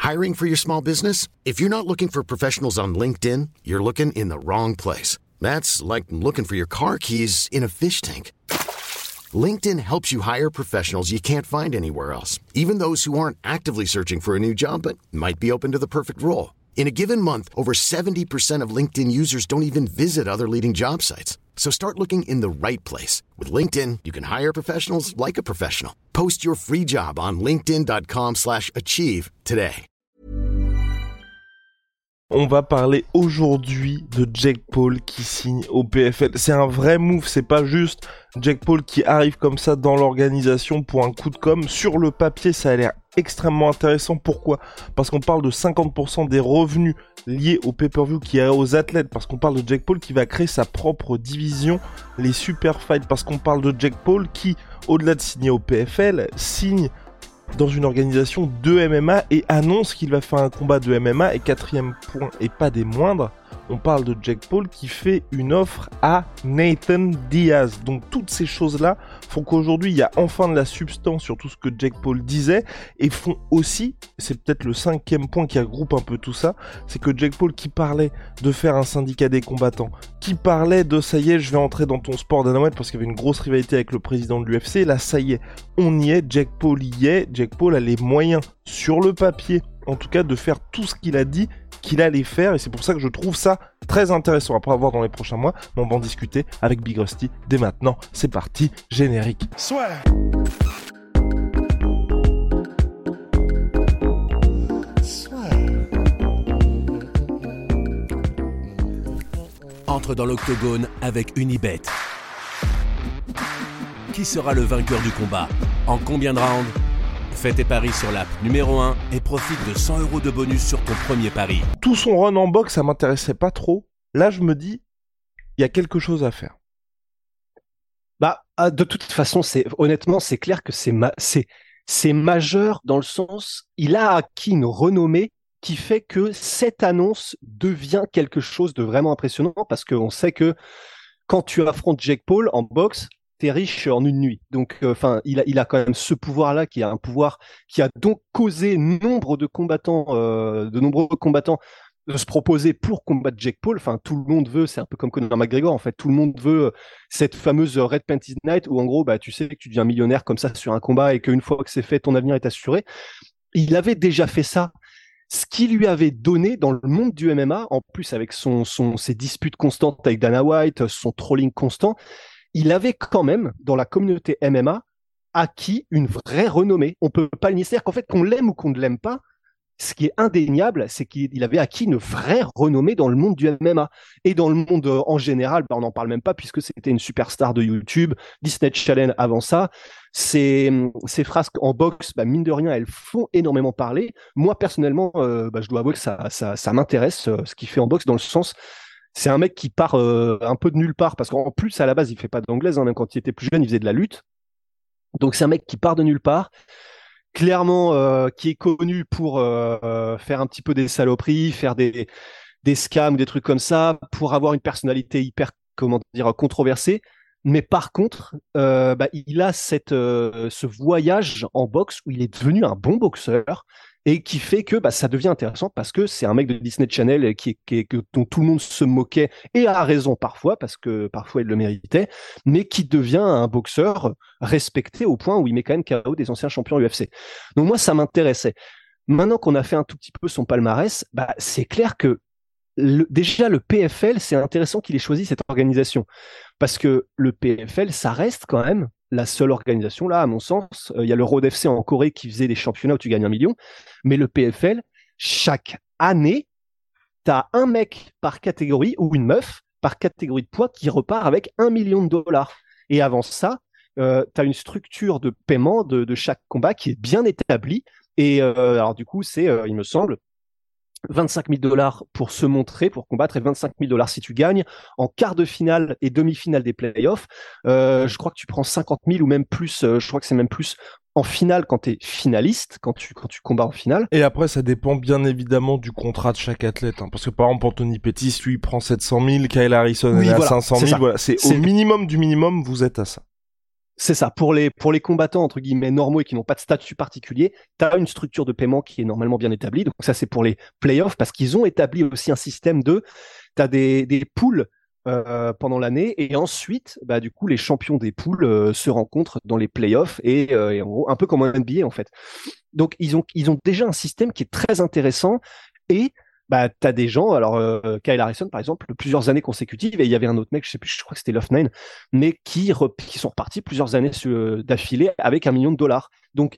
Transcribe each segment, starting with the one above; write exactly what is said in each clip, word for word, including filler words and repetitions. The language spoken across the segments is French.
Hiring for your small business? If you're not looking for professionals on LinkedIn, you're looking in the wrong place. That's like looking for your car keys in a fish tank. LinkedIn helps you hire professionals you can't find anywhere else, even those who aren't actively searching for a new job but might be open to the perfect role. In a given month, over seventy percent of LinkedIn users don't even visit other leading job sites. So start looking in the right place. With LinkedIn, you can hire professionals like a professional. Post your free job on linkedin.com slash achieve today. On va parler aujourd'hui de Jake Paul qui signe au P F L. C'est un vrai move, c'est pas juste Jake Paul qui arrive comme ça dans l'organisation pour un coup de com'. Sur le papier, ça a l'air extrêmement intéressant. Pourquoi ? Parce qu'on parle de cinquante pour cent des revenus liés au pay-per-view qui est aux athlètes. Parce qu'on parle de Jake Paul qui va créer sa propre division, les Super Fights. Parce qu'on parle de Jake Paul qui, au-delà de signer au P F L, signe dans une organisation de M M A et annonce qu'il va faire un combat de M M A. Et quatrième point, et pas des moindres, on parle de Jake Paul qui fait une offre à Nathan Diaz. Donc toutes ces choses-là font qu'aujourd'hui, il y a enfin de la substance sur tout ce que Jake Paul disait et font aussi, c'est peut-être le cinquième point qui regroupe un peu tout ça, c'est que Jake Paul qui parlait de faire un syndicat des combattants, qui parlait de ça y est, je vais entrer dans ton sport Dana White parce qu'il y avait une grosse rivalité avec le président de l'U F C, là ça y est, on y est, Jake Paul y est, Jake Paul a les moyens sur le papier, en tout cas de faire tout ce qu'il a dit qu'il allait faire, et c'est pour ça que je trouve ça très intéressant. Après avoir dans les prochains mois, mais on va en discuter avec Big Rusty dès maintenant. C'est parti, générique. Soit. Entre dans l'octogone avec Unibet. Qui sera le vainqueur du combat ? En combien de rounds ? Fais tes paris sur l'app numéro un et profite de cent euros de bonus sur ton premier pari. Tout son run en boxe, ça m'intéressait pas trop. Là, je me dis, il y a quelque chose à faire. Bah, de toute façon, c'est honnêtement, c'est clair que c'est ma... c'est c'est majeur dans le sens, il a acquis une renommée qui fait que cette annonce devient quelque chose de vraiment impressionnant parce qu'on sait que quand tu affrontes Jake Paul en boxe, t'es riche en une nuit. Donc, enfin, euh, il a, il a quand même ce pouvoir-là, qui a un pouvoir qui a donc causé nombre de combattants, euh, de nombreux combattants de se proposer pour combattre Jake Paul. Enfin, tout le monde veut, c'est un peu comme Conor McGregor, en fait, tout le monde veut cette fameuse Red Panties Night où, en gros, bah, tu sais que tu deviens millionnaire comme ça sur un combat et qu'une fois que c'est fait, ton avenir est assuré. Il avait déjà fait ça. Ce qui lui avait donné dans le monde du M M A, en plus avec son, son, ses disputes constantes avec Dana White, son trolling constant, il avait quand même, dans la communauté M M A, acquis une vraie renommée. On peut pas le nier. C'est-à-dire qu'en fait, qu'on l'aime ou qu'on ne l'aime pas, ce qui est indéniable, c'est qu'il avait acquis une vraie renommée dans le monde du M M A. Et dans le monde euh, en général, bah, on n'en parle même pas puisque c'était une superstar de YouTube, Disney Channel avant ça. Ces, ces phrases en boxe, bah, mine de rien, elles font énormément parler. Moi, personnellement, euh, bah, je dois avouer que ça, ça, ça m'intéresse, euh, ce qu'il fait en boxe, dans le sens... C'est un mec qui part euh, un peu de nulle part, parce qu'en plus, à la base, il fait pas d'anglaise, hein, même quand il était plus jeune, il faisait de la lutte. Donc, c'est un mec qui part de nulle part, clairement, euh, qui est connu pour euh, faire un petit peu des saloperies, faire des, des scams ou des trucs comme ça, pour avoir une personnalité hyper, comment dire, controversée. Mais par contre, euh, bah, il a cette, euh, ce voyage en boxe où il est devenu un bon boxeur, et qui fait que bah, ça devient intéressant parce que c'est un mec de Disney Channel qui, qui, qui, dont tout le monde se moquait, et a raison parfois, parce que parfois il le méritait, mais qui devient un boxeur respecté au point où il met quand même K O des anciens champions U F C. Donc moi, ça m'intéressait. Maintenant qu'on a fait un tout petit peu son palmarès, bah, c'est clair que le, déjà le P F L, c'est intéressant qu'il ait choisi cette organisation. Parce que le P F L, ça reste quand même la seule organisation, là, à mon sens. Il euh, y a le Road F C en Corée qui faisait des championnats où tu gagnes un million. Mais le P F L, chaque année, tu as un mec par catégorie ou une meuf par catégorie de poids qui repart avec un million de dollars. Et avant ça, euh, tu as une structure de paiement de, de chaque combat qui est bien établie. Et euh, alors du coup, c'est, euh, il me semble, vingt-cinq mille dollars pour se montrer, pour combattre, et vingt-cinq mille dollars si tu gagnes. En quart de finale et demi-finale des playoffs, euh, je crois que tu prends cinquante mille ou même plus, euh, je crois que c'est même plus en finale quand tu es finaliste, quand tu, quand tu combats en finale. Et après, ça dépend bien évidemment du contrat de chaque athlète. Hein, parce que par exemple, Anthony Pettis, lui, il prend sept cent mille, Kyle Harrison, oui, est voilà, à cinq cent mille. c'est voilà, c'est, c'est au minimum du minimum, vous êtes à ça. C'est ça. Pour les, pour les combattants, entre guillemets, normaux et qui n'ont pas de statut particulier, tu as une structure de paiement qui est normalement bien établie. Donc, ça, c'est pour les playoffs parce qu'ils ont établi aussi un système de. Tu as des, des poules euh, pendant l'année et ensuite, bah, du coup, les champions des poules euh, se rencontrent dans les playoffs et, euh, et en gros, un peu comme un N B A, en fait. Donc, ils ont, ils ont déjà un système qui est très intéressant et. Bah, t'as des gens, alors euh, Kyle Harrison par exemple, plusieurs années consécutives, et il y avait un autre mec, je sais plus, je crois que c'était Love Nine, mais qui, re- qui sont repartis plusieurs années su- d'affilée avec un million de dollars. Donc,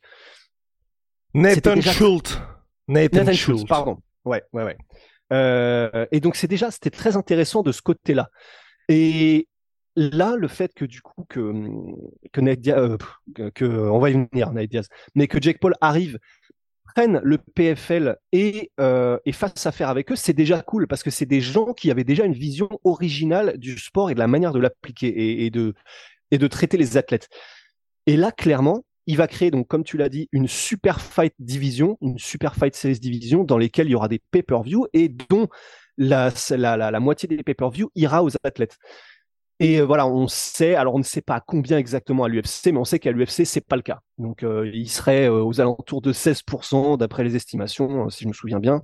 c'était Nathan déjà... Schultz. Nathan, Nathan Schultz. Schultz, pardon. Ouais, ouais, ouais. Euh, et donc, c'est déjà, c'était très intéressant de ce côté-là. Et là, le fait que du coup, que, que Nate Diaz, euh, que, que- on va y venir, Nate Diaz, mais que Jake Paul arrive prennent le P F L et, euh, et fassent affaire avec eux, c'est déjà cool parce que c'est des gens qui avaient déjà une vision originale du sport et de la manière de l'appliquer et, et, de, et de traiter les athlètes. Et là, clairement, il va créer, donc, comme tu l'as dit, une super fight division, une super fight series division dans lesquelles il y aura des pay-per-view et dont la, la, la, la moitié des pay-per-view ira aux athlètes. Et euh, voilà, on sait, alors on ne sait pas combien exactement à l'U F C, mais on sait qu'à l'U F C, c'est pas le cas. Donc, euh, il serait euh, aux alentours de seize pour cent d'après les estimations, euh, si je me souviens bien.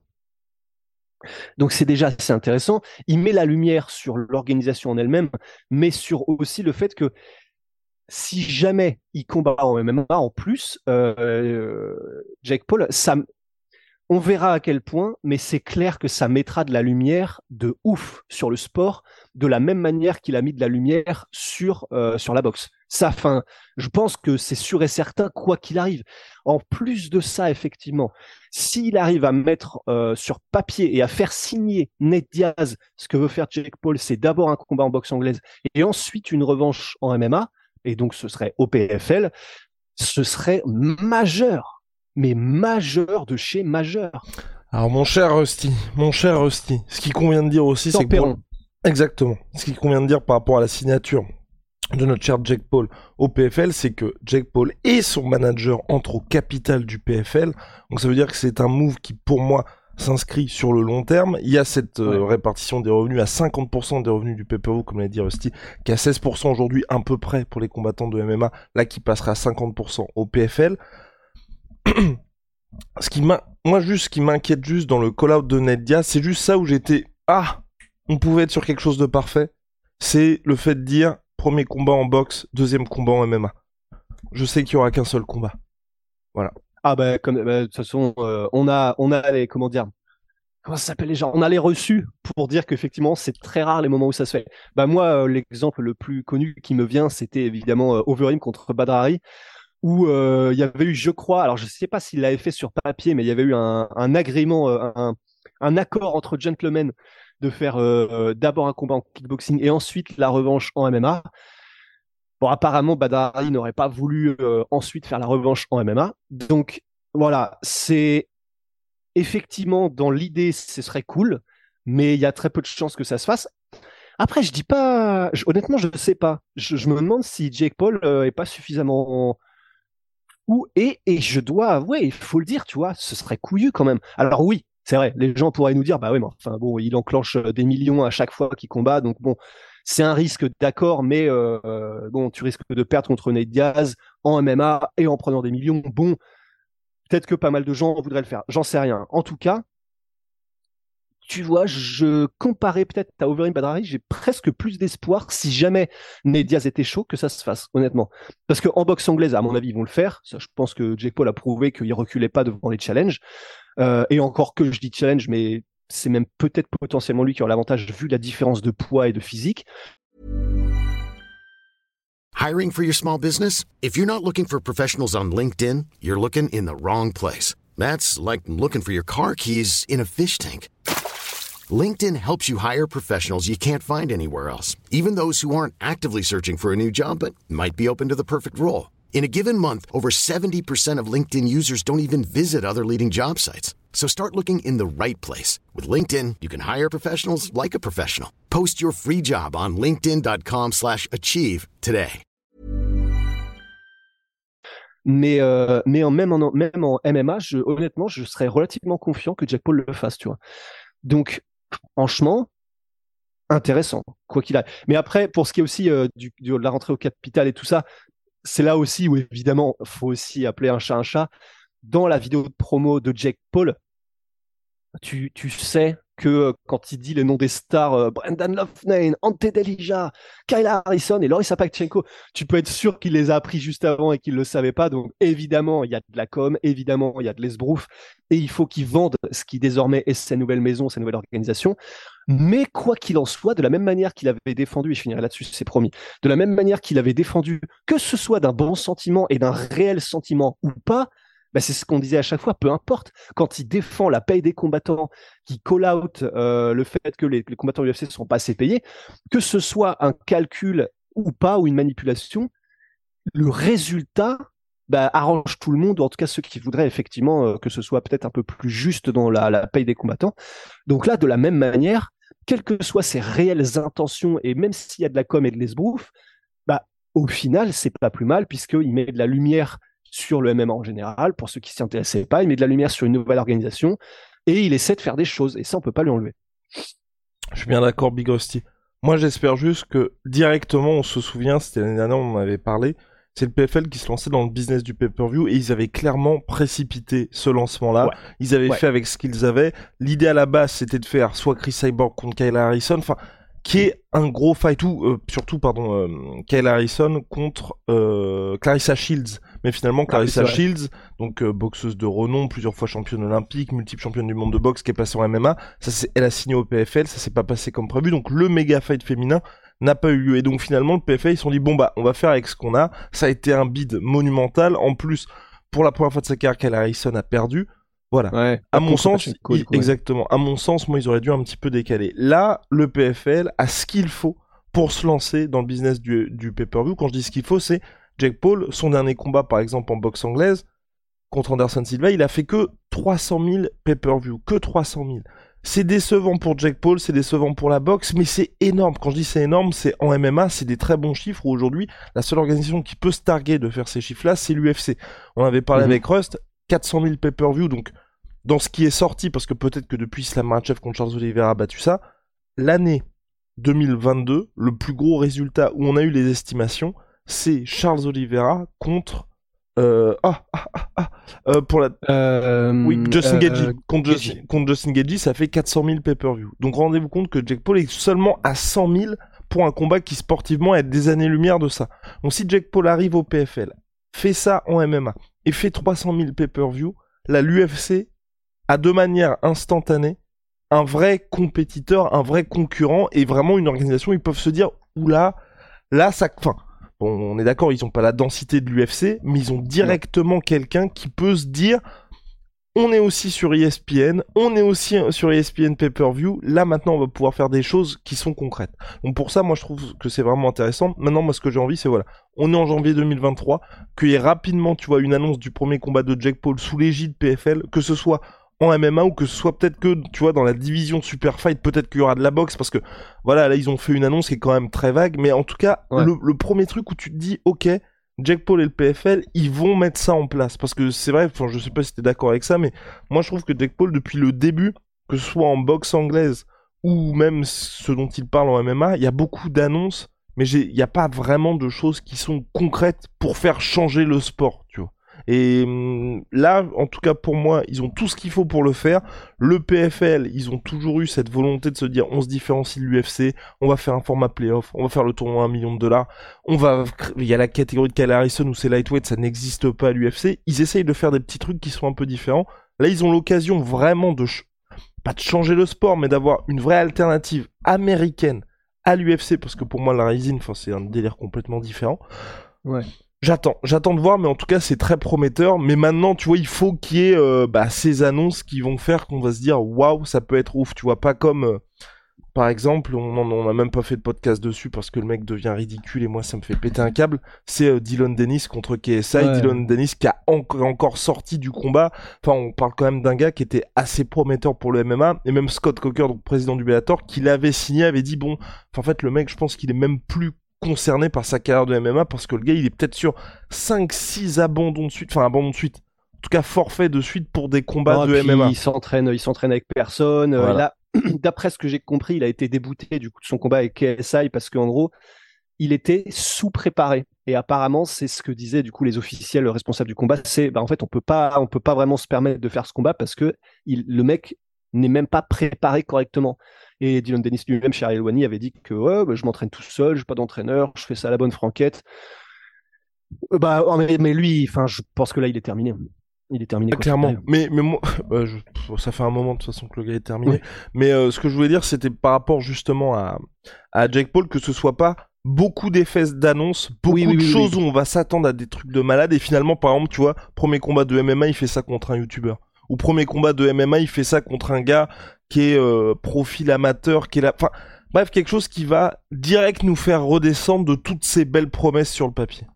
Donc, c'est déjà assez intéressant. Il met la lumière sur l'organisation en elle-même, mais sur aussi le fait que si jamais il combat en M M A en plus, euh, Jake Paul, ça, on verra à quel point, mais c'est clair que ça mettra de la lumière de ouf sur le sport, de la même manière qu'il a mis de la lumière sur, euh, sur la boxe. Ça, fin, je pense que c'est sûr et certain, quoi qu'il arrive. En plus de ça, effectivement, s'il arrive à mettre euh, sur papier et à faire signer Nate Diaz, ce que veut faire Jake Paul, c'est d'abord un combat en boxe anglaise et ensuite une revanche en M M A, et donc ce serait au P F L, ce serait majeur. Mais majeur de chez majeur. Alors mon cher Rusty, mon cher Rusty, ce qu'il convient de dire aussi, c'est que pour... exactement, ce qu'il convient de dire par rapport à la signature de notre cher Jake Paul au P F L, c'est que Jake Paul et son manager entrent au capital du P F L. Donc ça veut dire que c'est un move qui, pour moi, s'inscrit sur le long terme. Il y a cette euh, ouais. répartition des revenus à cinquante pour cent des revenus du pay-per-view, comme l'a dit Rusty, qui est à seize pour cent aujourd'hui, à peu près pour les combattants de M M A, là qui passera à cinquante pour cent au P F L. Ce qui m'a, moi juste, ce qui m'inquiète juste dans le call-out de Nate Diaz, c'est juste ça où j'étais, ah, on pouvait être sur quelque chose de parfait. C'est le fait de dire, premier combat en boxe, deuxième combat en M M A. Je sais qu'il y aura qu'un seul combat. Voilà. Ah bah, comme, bah, de toute façon, euh, on a, on a les, comment dire, comment ça s'appelle les gens? On a les reçus pour dire qu'effectivement, c'est très rare les moments où ça se fait. Bah, moi, euh, l'exemple le plus connu qui me vient, c'était évidemment euh, Overeem contre Badr Hari, où euh, il y avait eu, je crois, alors je ne sais pas s'il l'avait fait sur papier, mais il y avait eu un, un agrément, euh, un, un accord entre gentlemen de faire euh, d'abord un combat en kickboxing et ensuite la revanche en M M A. Bon, apparemment, Badr Hari n'aurait pas voulu euh, ensuite faire la revanche en M M A. Donc, voilà, c'est effectivement, dans l'idée, ce serait cool, mais il y a très peu de chances que ça se fasse. Après, je dis pas, je, honnêtement, je ne sais pas. Je, je me demande si Jake Paul euh, est pas suffisamment... Ou, et, et je dois avouer, il faut le dire, tu vois, ce serait couillu quand même. Alors oui, c'est vrai, les gens pourraient nous dire, bah oui, mais enfin bon, il enclenche des millions à chaque fois qu'il combat, donc bon, c'est un risque, d'accord, mais euh, bon, tu risques de perdre contre Nate Diaz en M M A et en prenant des millions. Bon, peut-être que pas mal de gens voudraient le faire, j'en sais rien. En tout cas, tu vois, je comparais peut-être à Overeem Badr Hari, j'ai presque plus d'espoir si jamais Nate Diaz était chaud que ça se fasse, honnêtement. Parce qu'en boxe anglaise, à mon avis, ils vont le faire. Ça, je pense que Jake Paul a prouvé qu'il reculait pas devant les challenges. Euh, et encore que je dis challenge, mais c'est même peut-être potentiellement lui qui aura l'avantage vu la différence de poids et de physique. Hiring for your small business? If you're not looking for professionals on LinkedIn, you're looking in the wrong place. That's like looking for your car keys in a fish tank. LinkedIn helps you hire professionals you can't find anywhere else, even those who aren't actively searching for a new job but might be open to the perfect role. In a given month, over seventy percent of LinkedIn users don't even visit other leading job sites. So start looking in the right place. With LinkedIn, you can hire professionals like a professional. Post your free job on linkedin dot com slash achieve today. Mais, euh, mais en, même, en, même en M M A, je, honnêtement, je serais relativement confiant que Jake Paul le fasse, tu vois. Donc, franchement, intéressant, quoi qu'il arrive. Mais après, pour ce qui est aussi euh, du, de la rentrée au capital et tout ça, c'est là aussi où évidemment, faut aussi appeler un chat un chat. Dans la vidéo de promo de Jake Paul, tu, tu sais que euh, quand il dit les noms des stars, euh, Brendan Loughnane, Ante Delija, Kyle Harrison et Larissa Pacheco, tu peux être sûr qu'il les a appris juste avant et qu'il ne le savait pas. Donc évidemment, il y a de la com, évidemment, il y a de l'esbrouf, et il faut qu'il vende ce qui désormais est sa nouvelle maison, sa nouvelle organisation. Mais quoi qu'il en soit, de la même manière qu'il avait défendu, et je finirai là-dessus, c'est promis, de la même manière qu'il avait défendu, que ce soit d'un bon sentiment et d'un réel sentiment ou pas, bah c'est ce qu'on disait à chaque fois, peu importe. Quand il défend la paye des combattants, qui call out euh, le fait que les, les combattants U F C ne sont pas assez payés, que ce soit un calcul ou pas, ou une manipulation, le résultat bah, arrange tout le monde, ou en tout cas ceux qui voudraient effectivement euh, que ce soit peut-être un peu plus juste dans la, la paye des combattants. Donc là, de la même manière, quelles que soient ses réelles intentions, et même s'il y a de la com et de l'esbrouf, bah, au final, c'est pas plus mal, puisqu'il met de la lumière sur le M M A en général, pour ceux qui ne s'y intéressaient pas, il met de la lumière sur une nouvelle organisation, et il essaie de faire des choses, et ça, on peut pas lui enlever. Je suis bien d'accord, Big Rusty. Moi, j'espère juste que, directement, on se souvient, c'était l'année dernière, on en avait parlé, c'est le P F L qui se lançait dans le business du pay-per-view, et ils avaient clairement précipité ce lancement-là. Ouais. Ils avaient ouais. fait avec ce qu'ils avaient. L'idée à la base, c'était de faire soit Chris Cyborg contre Kyle Harrison, enfin, qui est un gros fight, ou euh, surtout, pardon, euh, Kyle Harrison contre euh, Clarissa Shields. Mais finalement, Clarissa ah, Shields, donc euh, boxeuse de renom, plusieurs fois championne olympique, multiple championne du monde de boxe, qui est passée en M M A, ça c'est, elle a signé au P F L, ça s'est pas passé comme prévu, donc le méga fight féminin n'a pas eu lieu. Et donc finalement, le P F L, ils se sont dit, bon bah, on va faire avec ce qu'on a. Ça a été un bid monumental. En plus, pour la première fois de sa carrière, Kyle Harrison a perdu. Voilà. Ouais, à mon sens, cool, il, cool. exactement. À mon sens, moi, ils auraient dû un petit peu décaler. Là, le P F L a ce qu'il faut pour se lancer dans le business du, du pay-per-view. Quand je dis ce qu'il faut, c'est Jake Paul, son dernier combat, par exemple, en boxe anglaise, contre Anderson Silva, il a fait que trois cent mille pay-per-view. Que trois cent mille. C'est décevant pour Jake Paul, c'est décevant pour la boxe, mais c'est énorme. Quand je dis c'est énorme, c'est en M M A, c'est des très bons chiffres. Où aujourd'hui, la seule organisation qui peut se targuer de faire ces chiffres-là, c'est l'U F C. On avait parlé mmh. avec Rust, quatre cent mille pay-per-view, donc dans ce qui est sorti, parce que peut-être que depuis Islam Makhachev contre Charles Oliveira a battu ça, l'année deux mille vingt-deux, le plus gros résultat où on a eu les estimations, c'est Charles Oliveira contre... Euh, ah, ah, ah, ah, euh, pour la... Euh, oui, Justin euh, Gaethje. Contre, Justin, contre Justin Gaethje, ça fait quatre cent mille pay-per-view. Donc rendez-vous compte que Jake Paul est seulement à cent mille pour un combat qui sportivement est des années-lumière de ça. Donc si Jake Paul arrive au P F L, fait ça en M M A, et fait trois cent mille pay-per-view, là, l'U F C a de manière instantanée un vrai compétiteur, un vrai concurrent, et vraiment une organisation, ils peuvent se dire, oula, là, ça... Enfin, bon, on est d'accord, ils n'ont pas la densité de l'U F C, mais ils ont directement quelqu'un qui peut se dire on est aussi sur E S P N, on est aussi sur E S P N Pay-Per-View, là maintenant on va pouvoir faire des choses qui sont concrètes. Donc pour ça, moi je trouve que c'est vraiment intéressant. Maintenant, moi ce que j'ai envie, c'est voilà, on est en janvier deux mille vingt-trois, qu'il y ait rapidement, tu vois, une annonce du premier combat de Jake Paul sous l'égide P F L, que ce soit en M M A ou que ce soit peut-être que, tu vois, dans la division Super Fight, peut-être qu'il y aura de la boxe, parce que, voilà, là, ils ont fait une annonce qui est quand même très vague, mais en tout cas, ouais. le, le premier truc où tu te dis, ok, Jake Paul et le P F L, ils vont mettre ça en place, parce que c'est vrai, enfin, je sais pas si t'es d'accord avec ça, mais moi, je trouve que Jake Paul, depuis le début, que ce soit en boxe anglaise, ou même ce dont il parle en M M A, il y a beaucoup d'annonces, mais il n'y a pas vraiment de choses qui sont concrètes pour faire changer le sport, tu vois. Et là, en tout cas pour moi, ils ont tout ce qu'il faut pour le faire. Le P F L, ils ont toujours eu cette volonté de se dire on se différencie de l'U F C, on va faire un format playoff, on va faire le tournoi à un million de dollars, on va... il y a la catégorie de Kyle Harrison où c'est lightweight, ça n'existe pas à l'U F C. Ils essayent de faire des petits trucs qui sont un peu différents. Là, ils ont l'occasion vraiment de, ch... pas de changer le sport, mais d'avoir une vraie alternative américaine à l'U F C, parce que pour moi, la Rising, enfin, c'est un délire complètement différent. Ouais. J'attends, j'attends de voir, mais en tout cas, c'est très prometteur. Mais maintenant, tu vois, il faut qu'il y ait euh, bah, ces annonces qui vont faire qu'on va se dire waouh, ça peut être ouf. Tu vois, pas comme, euh, par exemple, on n'a même pas fait de podcast dessus parce que le mec devient ridicule et moi, ça me fait péter un câble. C'est euh, Dylan Dennis contre K S I. Ouais. Dylan Dennis qui a en- encore sorti du combat. Enfin, on parle quand même d'un gars qui était assez prometteur pour le M M A. Et même Scott Coker, donc président du Bellator, qui l'avait signé, avait dit bon, en fait, le mec, je pense qu'il est même plus concerné par sa carrière de M M A parce que le gars il est peut-être sur cinq six abandons de suite, enfin abandons de suite, en tout cas forfait de suite pour des combats non, de M M A. Il s'entraîne, il s'entraîne avec personne. Voilà. Là, d'après ce que j'ai compris, il a été débouté du coup de son combat avec K S I parce qu'en gros, il était sous-préparé. Et apparemment, c'est ce que disaient du coup les officiels responsables du combat. C'est, bah, en fait, on peut pas, on peut pas vraiment se permettre de faire ce combat parce que il, le mec n'est même pas préparé correctement. Et Dylan Dennis lui-même, chez Ariel Helwani, avait dit que ouais, bah, je m'entraîne tout seul, j'ai pas d'entraîneur, je fais ça à la bonne franquette. Euh, Bah, oh, mais, mais lui, enfin, je pense que là, il est terminé. Il est terminé. Ah, clairement. Mais, mais moi, bah, je, ça fait un moment de toute façon que le gars est terminé. Oui. Mais euh, ce que je voulais dire, c'était par rapport justement à, à Jake Paul, que ce soit pas beaucoup d'effets d'annonce, beaucoup oui, oui, de oui, choses oui. où on va s'attendre à des trucs de malade. Et finalement, par exemple, tu vois, premier combat de M M A, il fait ça contre un YouTuber. Ou premier combat de M M A, il fait ça contre un gars qui est euh, profil amateur, qui est là. Enfin, bref, quelque chose qui va direct nous faire redescendre de toutes ces belles promesses sur le papier.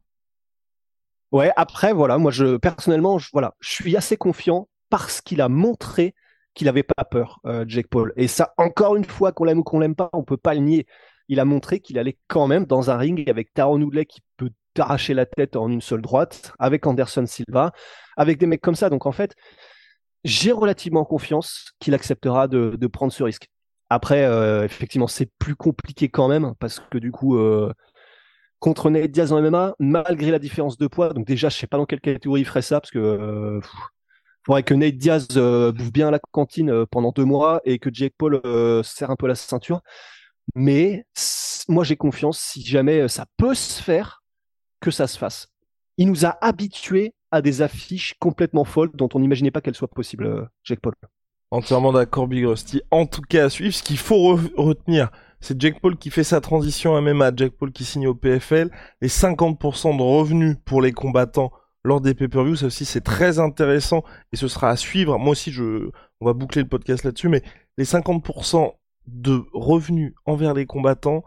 Ouais, après, voilà, moi, je, personnellement, je, voilà, je suis assez confiant parce qu'il a montré qu'il avait pas peur, euh, Jake Paul. Et ça, encore une fois, qu'on l'aime ou qu'on l'aime pas, on peut pas le nier. Il a montré qu'il allait quand même dans un ring avec Tyron Woodley qui peut t'arracher la tête en une seule droite, avec Anderson Silva, avec des mecs comme ça. Donc, en fait, j'ai relativement confiance qu'il acceptera de, de prendre ce risque. Après, euh, effectivement, c'est plus compliqué quand même parce que du coup, euh, contre Nate Diaz en M M A, malgré la différence de poids, donc déjà, je sais pas dans quelle catégorie il ferait ça, parce que euh, faudrait que Nate Diaz euh, bouffe bien à la cantine euh, pendant deux mois et que Jake Paul euh, serre un peu la ceinture. Mais moi, j'ai confiance, si jamais ça peut se faire, que ça se fasse. Il nous a habitués à des affiches complètement folles dont on n'imaginait pas qu'elles soient possibles, euh, Jake Paul. Entièrement d'accord, Big Rusty. En tout cas, à suivre, ce qu'il faut re- retenir, c'est Jake Paul qui fait sa transition à M M A, Jake Paul qui signe au P F L, les cinquante pour cent de revenus pour les combattants lors des pay-per-views, ça aussi c'est très intéressant et ce sera à suivre. Moi aussi, je, on va boucler le podcast là-dessus, mais les cinquante pour cent de revenus envers les combattants,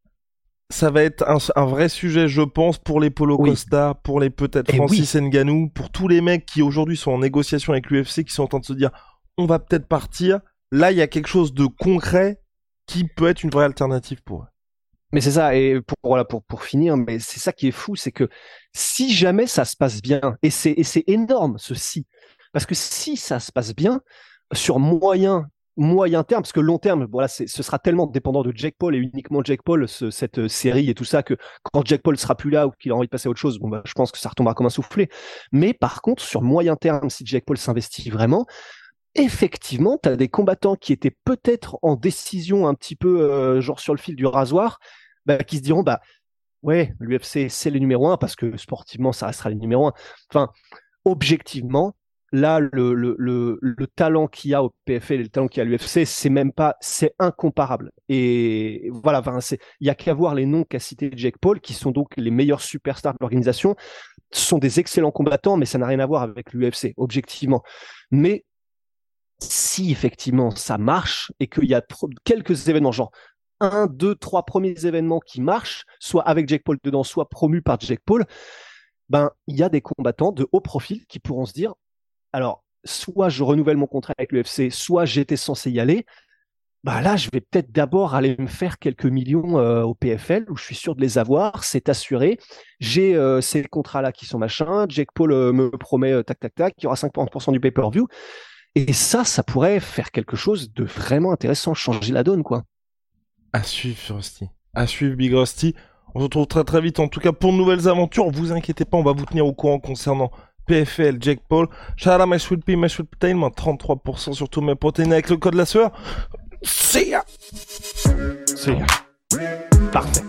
ça va être un, un vrai sujet, je pense, pour les Paulo oui. Costa, pour les peut-être Francis oui. Ngannou, pour tous les mecs qui aujourd'hui sont en négociation avec l'U F C, qui sont en train de se dire on va peut-être partir. Là, il y a quelque chose de concret qui peut être une vraie alternative pour eux. Mais c'est ça, et pour, voilà, pour, pour finir, mais c'est ça qui est fou, c'est que si jamais ça se passe bien, et c'est, et c'est énorme ceci, parce que si ça se passe bien, sur moyen, moyen terme, parce que long terme, voilà, c'est, ce sera tellement dépendant de Jake Paul et uniquement Jake Paul, ce, cette série et tout ça, que quand Jake Paul sera plus là ou qu'il a envie de passer à autre chose, bon, bah, je pense que ça retombera comme un soufflé. Mais par contre, sur moyen terme, si Jake Paul s'investit vraiment, effectivement, tu as des combattants qui étaient peut-être en décision un petit peu euh, genre sur le fil du rasoir, bah, qui se diront bah ouais, l'U F C c'est le numéro un parce que sportivement ça restera le numéro un. Enfin, objectivement, là le le le, le talent qu'il y a au P F L et le talent qu'il y a à l'U F C, c'est même pas, c'est incomparable. Et voilà, enfin c'est, il y a qu'à voir les noms qu'a cité Jake Paul, qui sont donc les meilleurs superstars de l'organisation, sont des excellents combattants, mais ça n'a rien à voir avec l'U F C objectivement. Mais si effectivement ça marche et qu'il y a pro- quelques événements, genre un, deux, trois premiers événements qui marchent, soit avec Jake Paul dedans, soit promus par Jake Paul, ben il y a des combattants de haut profil qui pourront se dire, alors soit je renouvelle mon contrat avec l'U F C, soit j'étais censé y aller, bah là je vais peut-être d'abord aller me faire quelques millions euh, au P F L où je suis sûr de les avoir, c'est assuré, j'ai euh, ces contrats là qui sont machin, Jake Paul euh, me promet euh, tac tac tac, il y aura cinquante pour cent du pay-per-view. Et ça, ça pourrait faire quelque chose de vraiment intéressant, changer la donne, quoi. À suivre, Rusty. À suivre, Big Rusty. On se retrouve très très vite, en tout cas, pour de nouvelles aventures. Vous inquiétez pas, on va vous tenir au courant concernant P F L, Jake Paul. Shout out my sweet pea, my sweet protein, moins trente-trois pour cent sur tous mes protéines avec le code la sueur. See ya! See ya. Parfait.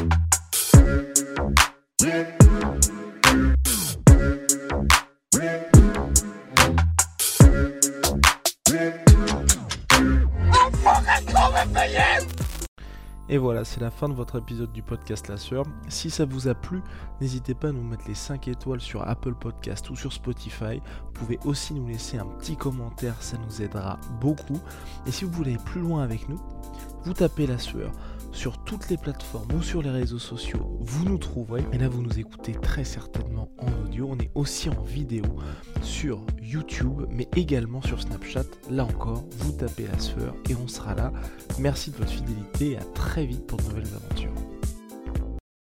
Et voilà, c'est la fin de votre épisode du podcast La Sueur. Si ça vous a plu, n'hésitez pas à nous mettre les cinq étoiles sur Apple Podcast ou sur Spotify. Vous pouvez aussi nous laisser un petit commentaire, ça nous aidera beaucoup. Et si vous voulez aller plus loin avec nous, vous tapez La Sueur sur toutes les plateformes ou sur les réseaux sociaux, vous nous trouverez. Et là, vous nous écoutez très certainement en audio. On est aussi en vidéo sur YouTube, mais également sur Snapchat. Là encore, vous tapez La Sueur et on sera là. Merci de votre fidélité et à très vite pour de nouvelles aventures.